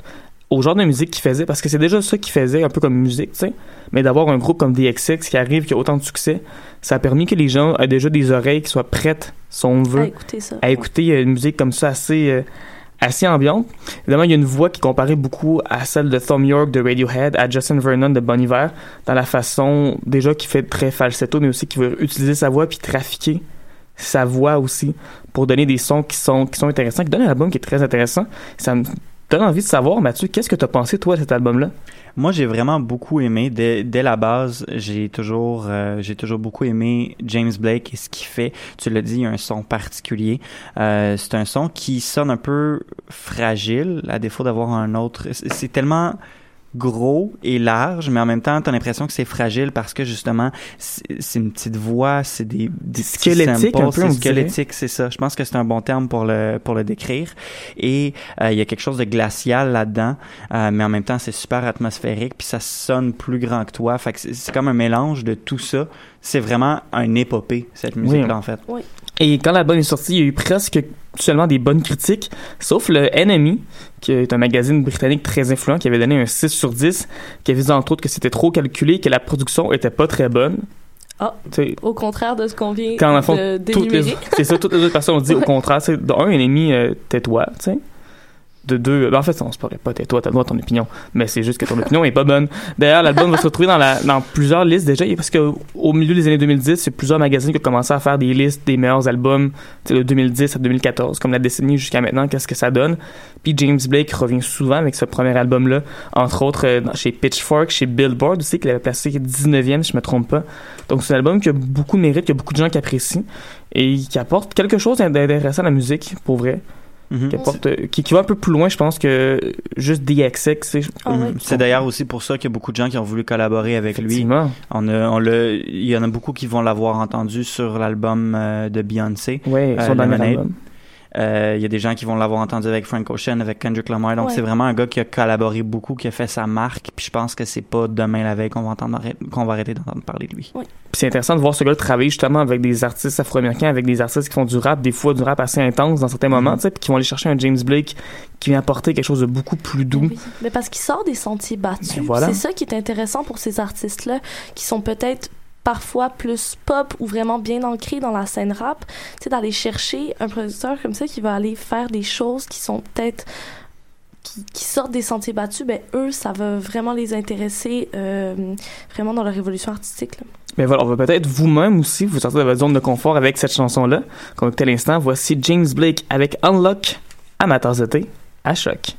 au genre de musique qu'il faisait, parce que c'est déjà ça qu'il faisait un peu comme musique, tu sais, mais d'avoir un groupe comme D X X qui arrive, qui a autant de succès, ça a permis que les gens aient déjà des oreilles qui soient prêtes, si on veut, à écouter ça. à écouter une musique comme ça assez, euh, assez ambiante. Évidemment, il y a une voix qui comparait beaucoup à celle de Thom Yorke de Radiohead, à Justin Vernon de Bon Iver, dans la façon déjà qui fait très falsetto, mais aussi qui veut utiliser sa voix puis trafiquer sa voix aussi pour donner des sons qui sont, qui sont intéressants, qui donnent un album qui est très intéressant. Ça me donne envie de savoir, Mathieu, qu'est-ce que tu as pensé, toi, de cet album-là? Moi, j'ai vraiment beaucoup aimé. Dès, dès la base, j'ai toujours, euh, j'ai toujours beaucoup aimé James Blake et ce qu'il fait. Tu l'as dit, il y a un son particulier. Euh, c'est un son qui sonne un peu fragile, à défaut d'avoir un autre. C'est, c'est tellement gros et large, mais en même temps, t'as l'impression que c'est fragile parce que justement, c'est, c'est une petite voix, c'est des, des squelettique, samples, un peu, c'est on squelettique, c'est ça. Je pense que c'est un bon terme pour le pour le décrire. Et euh, il y a quelque chose de glacial là-dedans, euh, mais en même temps, c'est super atmosphérique, puis ça sonne plus grand que toi. Fait que c'est, c'est comme un mélange de tout ça. C'est vraiment un épopée, cette musique-là, oui. en fait. Oui. Et quand l'album est sorti, il y a eu presque seulement des bonnes critiques, sauf le Enemy, qui est un magazine britannique très influent, qui avait donné un six sur dix, qui avait dit entre autres que c'était trop calculé, que la production était pas très bonne. Ah, T'sais, au contraire de ce qu'on vient quand, en fond, de toutes d'énumérer. les, c'est ça, toutes les autres personnes ont dit Ouais. au contraire. C'est, de un, Enemy, euh, tais-toi, tu sais. De deux, ben en fait, on se parlait pas, tais-toi, t'as le droit à ton opinion, mais c'est juste que ton opinion est pas bonne. D'ailleurs, l'album va se retrouver dans, la, dans plusieurs listes déjà, parce que au milieu des années deux mille dix, c'est plusieurs magazines qui ont commencé à faire des listes des meilleurs albums de deux mille dix à deux mille quatorze, comme la décennie jusqu'à maintenant, qu'est-ce que ça donne. Puis James Blake revient souvent avec ce premier album-là, entre autres euh, chez Pitchfork, chez Billboard aussi, qu'il avait placé dix-neuvième, si je me trompe pas. Donc c'est un album qui a beaucoup de mérite, qu'il y a beaucoup de gens qui apprécient, et qui apporte quelque chose d'intéressant à la musique, pour vrai. Mm-hmm. Qui, apporte, euh, qui, qui va un peu plus loin, je pense, que juste D X X. C'est, Ah ouais. C'est d'ailleurs aussi pour ça qu'il y a beaucoup de gens qui ont voulu collaborer avec lui. Effectivement. On a, on l'a, il y en a beaucoup qui vont l'avoir entendu sur l'album euh, de Beyoncé. Oui, euh, son dernier Lemonade. album. Euh, il y a des gens qui vont l'avoir entendu avec Frank Ocean, avec Kendrick Lamar. Donc Ouais. c'est vraiment un gars qui a collaboré beaucoup, qui a fait sa marque. Puis je pense que c'est pas demain la veille qu'on va entendre, qu'on va arrêter d'entendre parler de lui. Oui. Puis c'est intéressant de voir ce gars travailler justement avec des artistes afro-américains, avec des artistes qui font du rap, des fois du rap assez intense dans certains moments, Mm-hmm. tu sais, puis qui vont aller chercher un James Blake qui vient apporter quelque chose de beaucoup plus doux. Oui. Mais parce qu'il sort des sentiers battus. Et voilà. C'est ça qui est intéressant pour ces artistes-là, qui sont peut-être parfois plus pop ou vraiment bien ancrés dans la scène rap. Tu sais, d'aller chercher un producteur comme ça qui va aller faire des choses qui sont peut-être qui, qui sortent des sentiers battus, ben eux, ça va vraiment les intéresser euh, vraiment dans leur évolution artistique, là. Mais voilà, on va peut-être vous-même aussi vous sortir de votre zone de confort avec cette chanson-là qu'on écoutait à l'instant. Voici James Blake avec Unlock à ma tasse de thé à Choc.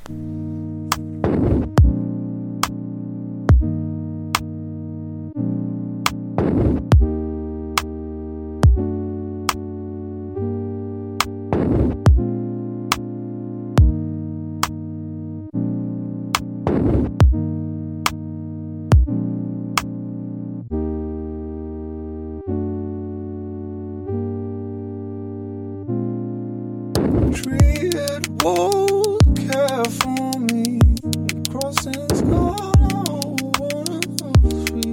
Treated walls care for me. Crossings gone one free.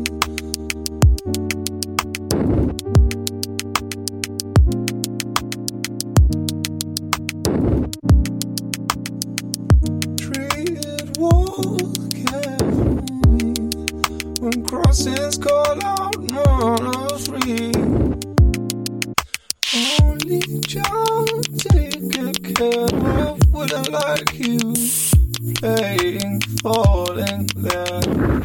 Treated walls care for me. When crossings call out, none are free. Only child taken care of, wouldn't like you playing, falling there.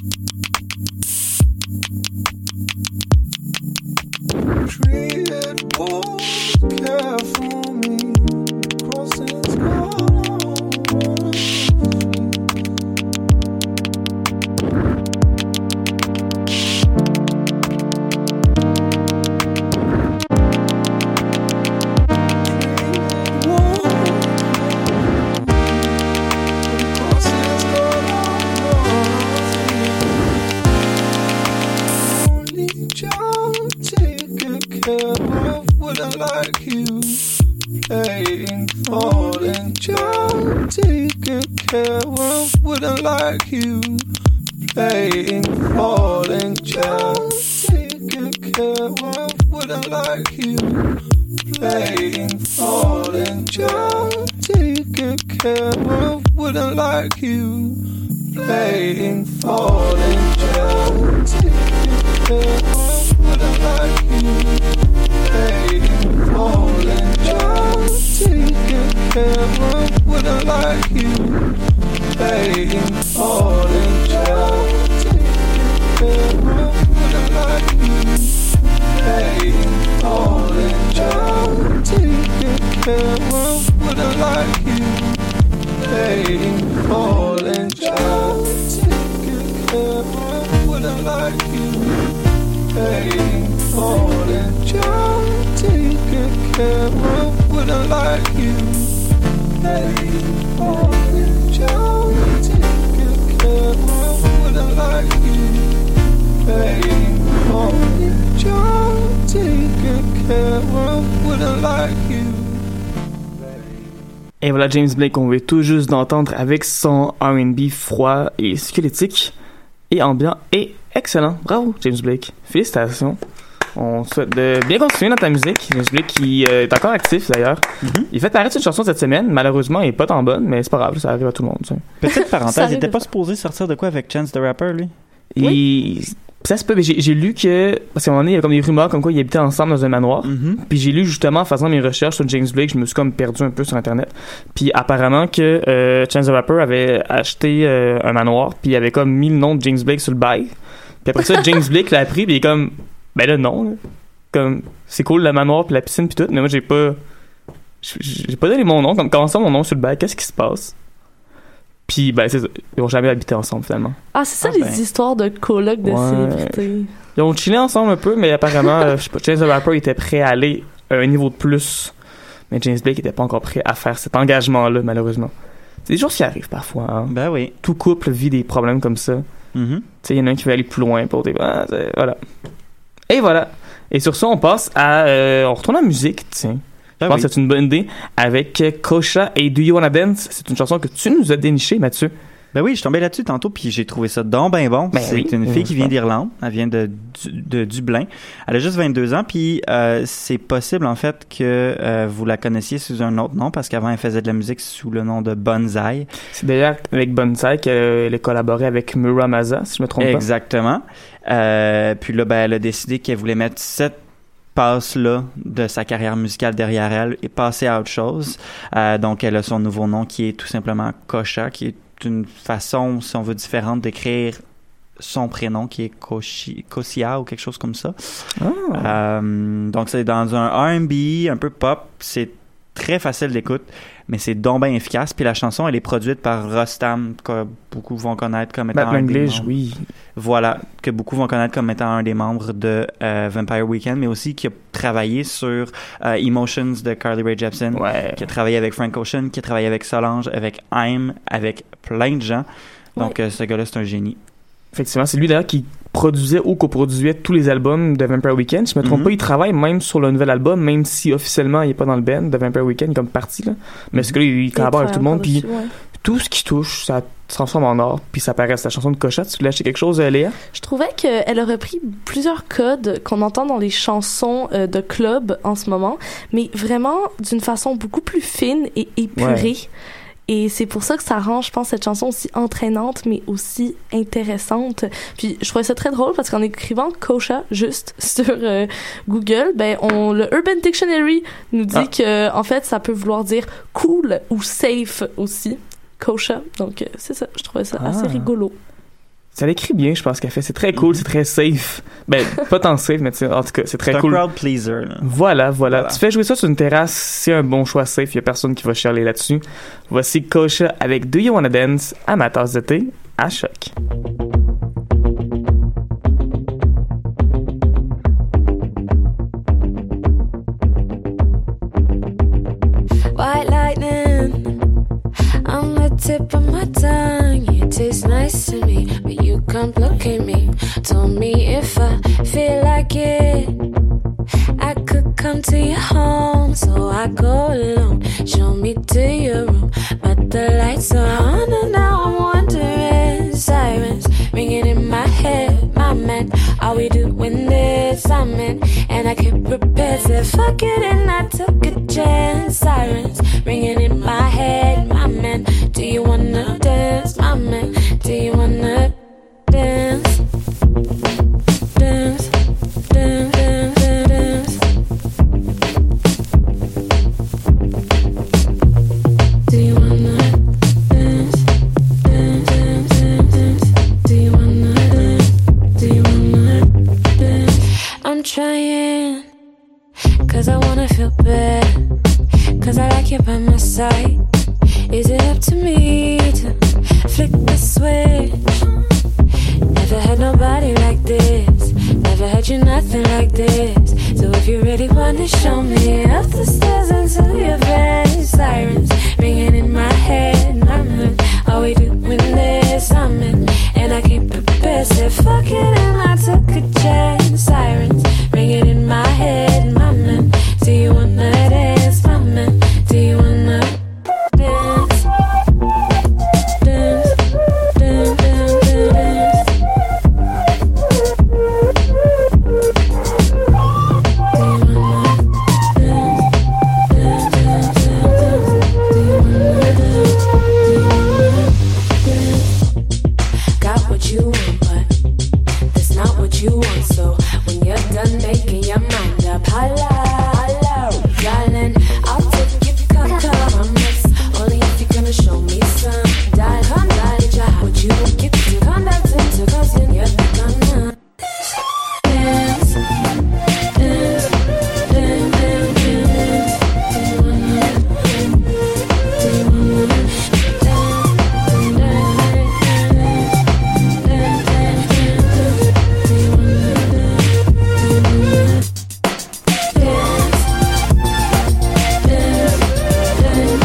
Treated walls care for me, crossings gone on like you playing, falling, child taken care of, wouldn't like you playing, falling, child taken care of, wouldn't like you playing, falling, child taken care of, wouldn't wouldn't like you playing falling down. Wouldn't like you playing falling down. Taking care of wouldn't like you playing falling down. Taking care of wouldn't like you playing falling down. Taking care of wouldn't like you playing falling down. Taking care of wouldn't like you playing falling down. Taking care of wouldn't like you playing falling down. Taking care of wouldn't like you playing falling down. Taking care of wouldn't like you. Et voilà James Blake qu'on vient tout juste d'entendre avec son R and B froid et squelettique et ambiant et excellent. Bravo James Blake. Félicitations. On te souhaite de bien continuer dans ta musique. James Blake qui euh, est encore actif d'ailleurs. Mm-hmm. Il fait paraître une chanson cette semaine. Malheureusement, elle est pas tant bonne, mais c'est pas grave, ça arrive à tout le monde. Tu sais. Petite parenthèse, il était pas supposé sortir de quoi avec Chance the Rapper, lui? Oui. Et ça se peut, mais j'ai, j'ai lu que, parce qu'à un moment donné, il y a comme des rumeurs comme quoi ils habitaient ensemble dans un manoir. Mm-hmm. Puis j'ai lu justement en faisant mes recherches sur James Blake, je me suis comme perdu un peu sur Internet. Puis apparemment que euh, Chance the Rapper avait acheté euh, un manoir, puis il avait comme mis le nom de James Blake sur le bail. Puis après ça, James Blake l'a appris, puis il est comme, ben là non, là. Comme, c'est cool le manoir, puis la piscine, puis tout, mais moi j'ai pas, j'ai pas donné mon nom, comme comment ça mon nom sur le bail, qu'est-ce qui se passe? Puis, ben, c'est ça. Ils ont jamais habité ensemble, finalement. Ah, c'est ça, ah, les ben. histoires de colocs de ouais. célébrités. Ils ont chillé ensemble un peu, mais apparemment, euh, je sais pas, Chance the Rapper était prêt à aller à un niveau de plus. Mais James Blake était pas encore prêt à faire cet engagement-là, malheureusement. C'est des choses qui arrivent parfois, hein. Ben oui. Tout couple vit des problèmes comme ça. Mm-hmm. Tu sais, il y en a un qui veut aller plus loin pour des... Ah, voilà. Et voilà. Et sur ça, on passe à... Euh, on retourne en musique, tiens. Je pense oui. que c'est une bonne idée avec Kosha et Do You Wanna Dance. C'est une chanson que tu nous as dénichée, Mathieu. Ben oui, je suis tombé là-dessus tantôt, puis j'ai trouvé ça donc ben bon. Ben c'est oui. une fille qui vient d'Irlande, elle vient de, de Dublin. Elle a juste vingt-deux ans, puis euh, c'est possible en fait que euh, vous la connaissiez sous un autre nom, parce qu'avant elle faisait de la musique sous le nom de Bonsai. C'est d'ailleurs avec Bonsai qu'elle a collaboré avec Muramasa, si je me trompe pas. Exactement. Euh, puis là, ben, elle a décidé qu'elle voulait mettre cette passe-là de sa carrière musicale derrière elle et passer à autre chose. Euh, donc, elle a son nouveau nom qui est tout simplement Kosha, qui est une façon, si on veut, différente d'écrire son prénom, qui est Koshi, Kosia ou quelque chose comme ça. Oh. Euh, donc, c'est dans un R and B, un peu pop. C'est très facile d'écoute, mais c'est donc bien efficace. Puis la chanson, elle est produite par Rostam, que beaucoup vont connaître comme étant Matt un des English, membres. oui. Voilà, que beaucoup vont connaître comme étant un des membres de euh, Vampire Weekend, mais aussi qui a travaillé sur euh, Emotions de Carly Rae Jepsen, ouais. qui a travaillé avec Frank Ocean, qui a travaillé avec Solange, avec Haim, avec plein de gens. Donc, ouais. euh, ce gars-là, c'est un génie. Effectivement, c'est lui d'ailleurs qui produisait ou coproduisait tous les albums de Vampire Weekend. Si je me trompe mm-hmm. pas, il travaille même sur le nouvel album, même si officiellement il n'est pas dans le band de Vampire Weekend comme partie là. Mais mm-hmm. ce que là, il collabore avec tout le monde, puis ouais. tout ce qui touche, ça se transforme en or, puis ça paraît. C'est la chanson de Kosha. Tu voulais acheter quelque chose, Léa? Je trouvais qu'elle a repris plusieurs codes qu'on entend dans les chansons euh, de club en ce moment, mais vraiment d'une façon beaucoup plus fine et épurée. Ouais. Et c'est pour ça que ça rend, je pense, cette chanson aussi entraînante, mais aussi intéressante. Puis je trouvais ça très drôle parce qu'en écrivant Kosha juste sur euh, Google, ben on le Urban Dictionary nous dit ah. que en fait ça peut vouloir dire cool ou safe aussi. Kosha, donc euh, c'est ça. Je trouvais ça ah. assez rigolo. Ça l'écrit bien, je pense qu'elle fait. C'est très cool, mm-hmm. c'est très safe. Ben, pas tant safe, mais en tout cas, c'est très c'est cool. C'est un crowd pleaser. Là. Voilà, voilà, voilà. Tu fais jouer ça sur une terrasse, c'est un bon choix safe, il y a personne qui va chialer là-dessus. Voici Kosha avec Do You Wanna Dance à ma tasse de thé à Choc. White lightning on the tip of my tongue. You taste nice to me, but you complicate me. Told me if I feel like it, I could come to your home, so I go alone. Show me to your room, but the lights are on and now I'm wondering. Sirens ringing in my head, my man, are we doing this something, and I kept prepared to fuck it, and I took a chance. Sirens ringing in my head, my man. Do you wanna dance, my man? Do you wanna dance? Dance, dance, dance, dance. Do you wanna dance, dance, dance, dance, dance? Do you wanna dance? Do you wanna dance? I'm trying, cause I wanna feel bad, cause I like you by my side. Is it up to me to flick the switch? Never had nobody like this, never had you nothing like this. So if you really wanna show me up the stairs into your bed, sirens ringing in my head, mama, all we doing is something, and I can't prepare. Said fuck it and I took a chance. Sirens ringing in my head, mama, do you wanna dance, mama? Do you wanna dance? Dance, dance, dance, dance. Got what you want, but that's not what you want. So when you're done making your mind up, holla, holla, darling, I'll take you come, come, miss. Only if you're gonna show me some, darling, come, darling, try what you get to come back into, cause then you're gonna dance, dance, dance, dance, dance. Do you wanna, do you wanna dance, dance, dance, dance, dance? Do you wanna, do you wanna dance, dance, dance, dance,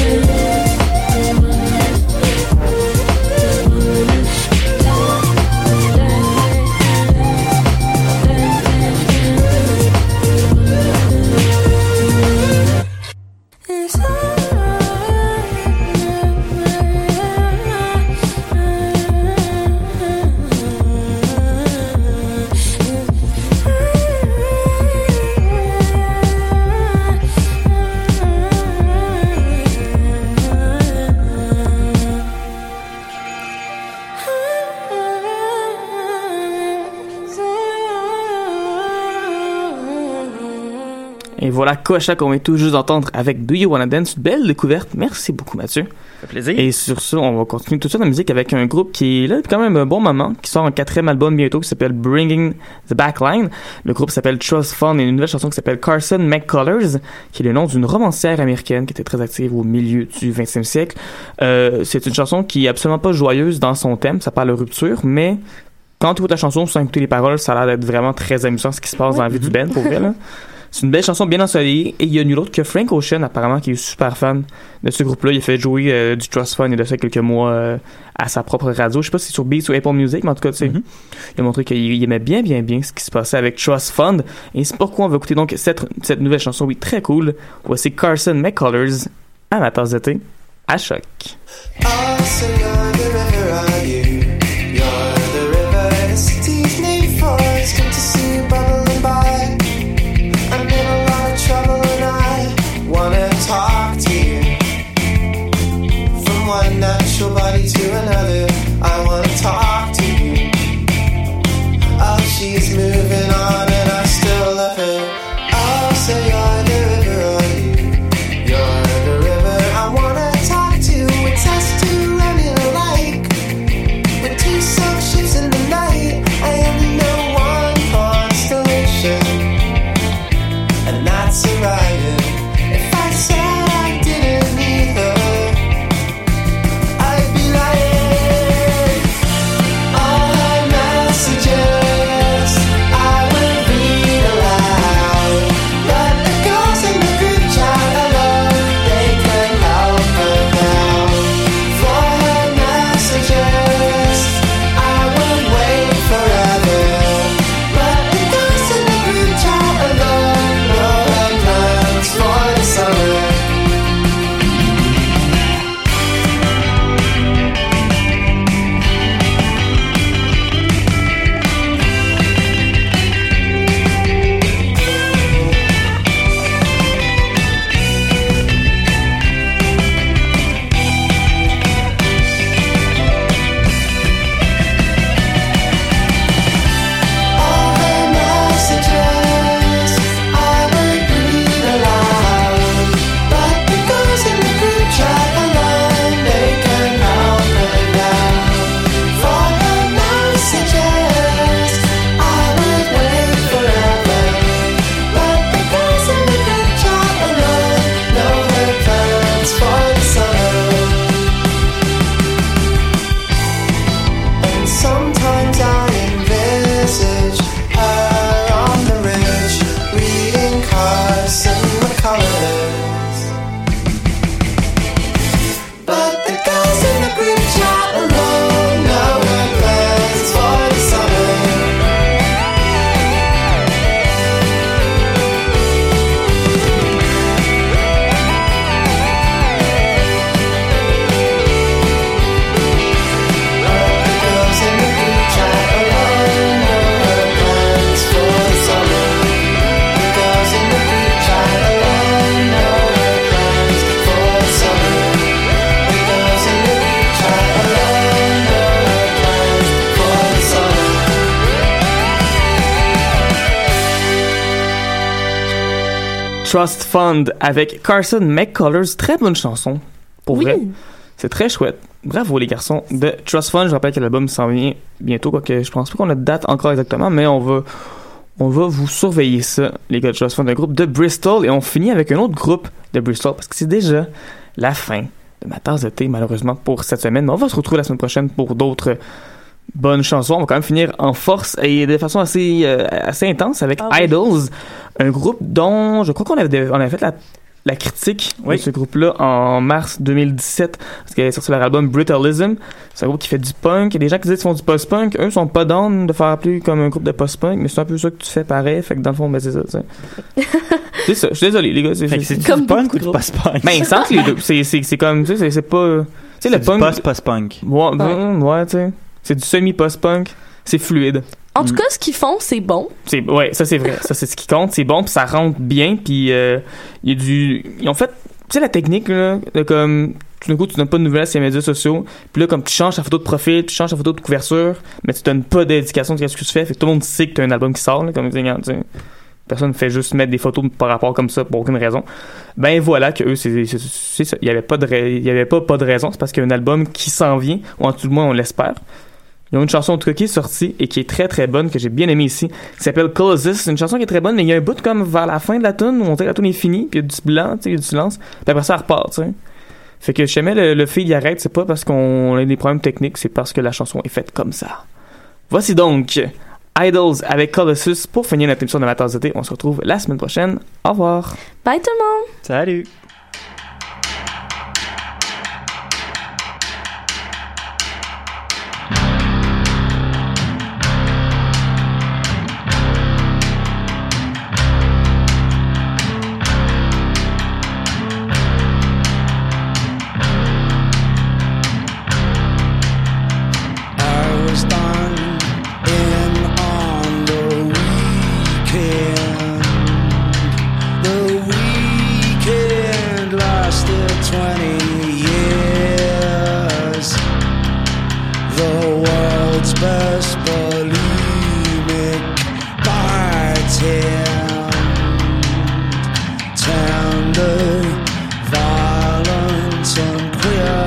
Et voilà, Cocha qu'on vient tout juste d'entendre avec Do You Wanna Dance. Belle découverte. Merci beaucoup, Mathieu. Ça fait plaisir. Et sur ça, on va continuer tout de suite la musique avec un groupe qui est là depuis quand même un bon moment, qui sort un quatrième album bientôt, qui s'appelle Bringing the Backline. Le groupe s'appelle Trust Fund et une nouvelle chanson qui s'appelle Carson McCullers, qui est le nom d'une romancière américaine qui était très active au milieu du vingtième siècle. Euh, c'est une chanson qui est absolument pas joyeuse dans son thème, ça parle de rupture, mais quand tu écoutes la chanson sans écouter les paroles, ça a l'air d'être vraiment très amusant ce qui se passe dans la vie du band, pour vrai, là. C'est une belle chanson bien ensoleillée. Et il y a nul autre que Frank Ocean, apparemment, qui est super fan de ce groupe-là. Il a fait jouer euh, du Trust Fund il y a quelques mois euh, à sa propre radio. Je sais pas si c'est sur Beats ou Apple Music, mais en tout cas, tu sais, mm-hmm. il a montré qu'il il aimait bien, bien, bien ce qui se passait avec Trust Fund. Et c'est pourquoi on va écouter donc cette, cette nouvelle chanson, oui, très cool. Voici Carson McCullers à ma tasse d'été à Choc. Oh, so you're the river, are you? You're the river, the city's named for us. Good to see you bubbling by. I'm in a lot of trouble and I wanna talk to you. From one natural body to another, I wanna talk to you. Oh, she's moving on and I still love her. Oh, so you're the river, are you? You're the river I wanna talk to. It's us two running along. Trust Fund avec Carson McCullers. Très bonne chanson, pour Oui. vrai. C'est très chouette. Bravo les garçons de Trust Fund. Je rappelle que l'album s'en vient bientôt, quoique je pense pas qu'on a de date encore exactement, mais on va, on va vous surveiller ça, les gars de Trust Fund, un groupe de Bristol. Et on finit avec un autre groupe de Bristol, parce que c'est déjà la fin de ma tasse de thé, malheureusement, pour cette semaine. Mais on va se retrouver la semaine prochaine pour d'autres bonnes chansons. On va quand même finir en force et de façon assez, euh, assez intense avec Ah oui. Idols, un groupe dont je crois qu'on avait, on avait fait la, la critique Oui. de ce groupe-là en mars deux mille dix-sept, parce qu'ils avaient sorti leur album Brutalism. C'est un groupe qui fait du punk. Il y a des gens qui disent qu'ils font du post-punk. Eux sont pas down de faire appeler comme un groupe de post-punk, mais c'est un peu ça que tu fais pareil. Fait que dans le fond, ben, c'est ça. C'est, c'est ça. Je suis désolé, les gars. C'est, Fait que c'est, c'est Comme du punk beaucoup ou de du post-punk? ben, sans que les deux. C'est, c'est, c'est comme, tu sais, c'est, c'est pas. Tu sais, C'est le du punk. post-post-punk. Ouais, ben, ouais, tu sais. C'est du semi-post-punk. C'est fluide. En tout cas, ce qu'ils font, c'est bon. C'est, ouais, ça c'est vrai. Ça c'est ce qui compte. C'est bon, puis ça rentre bien. Puis euh, il y a du. Ils ont fait. Tu sais, la technique, là, de comme. Tout d'un coup, tu donnes pas de nouvelles sur les médias sociaux. Puis là, comme tu changes ta photo de profil, tu changes ta photo de couverture, mais tu donnes pas d'indication de ce que tu fais. Fait que tout le monde sait que t'as un album qui sort, là, comme tu sais. Personne ne fait juste mettre des photos par rapport comme ça pour aucune raison. Ben voilà que eux, c'est, c'est, c'est ça. Il y avait pas de, ra- il y avait pas, pas de raison. C'est parce qu'il y a un album qui s'en vient, ou en tout le moins, on l'espère. Ils ont une chanson en tout cas qui est sortie et qui est très très bonne, que j'ai bien aimée ici, qui s'appelle Colossus. C'est une chanson qui est très bonne, mais il y a un bout comme vers la fin de la tune où on dirait que la tune est finie, puis il y a du blanc, tu sais, il y a du silence, puis après ça, elle repart, tu sais. Fait que jamais le, le feed y arrête, c'est pas parce qu'on a des problèmes techniques, c'est parce que la chanson est faite comme ça. Voici donc Idols avec Colossus pour finir notre émission de ma tasse de thé. On se retrouve la semaine prochaine. Au revoir. Bye tout le monde! Salut! I was done in on the weekend. The weekend lasted twenty years. The world's best bulimic bartend. Tender, violent and queer.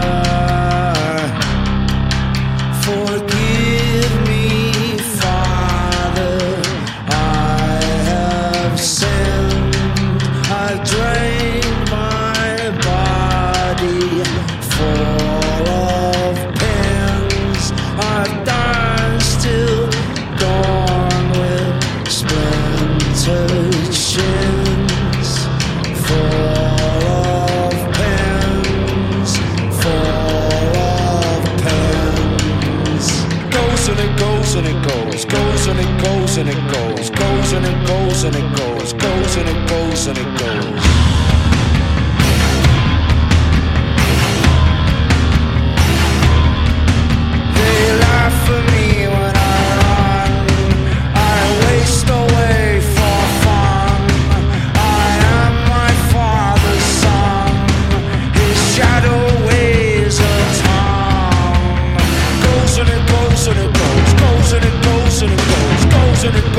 Forgive me, Father, I have sinned. I've drained my body full of pins. I've danced till dawn with splintered shins. Full of pins, full of pins. Goes and it goes and it goes, goes and it goes and it goes, goes and it goes and it goes, goes and it goes and it goes. They laugh at me when I run. I waste away for fun. I am my father's son. His shadow weighs a ton. Goes and it goes and it goes, goes and it goes and it goes, goes and it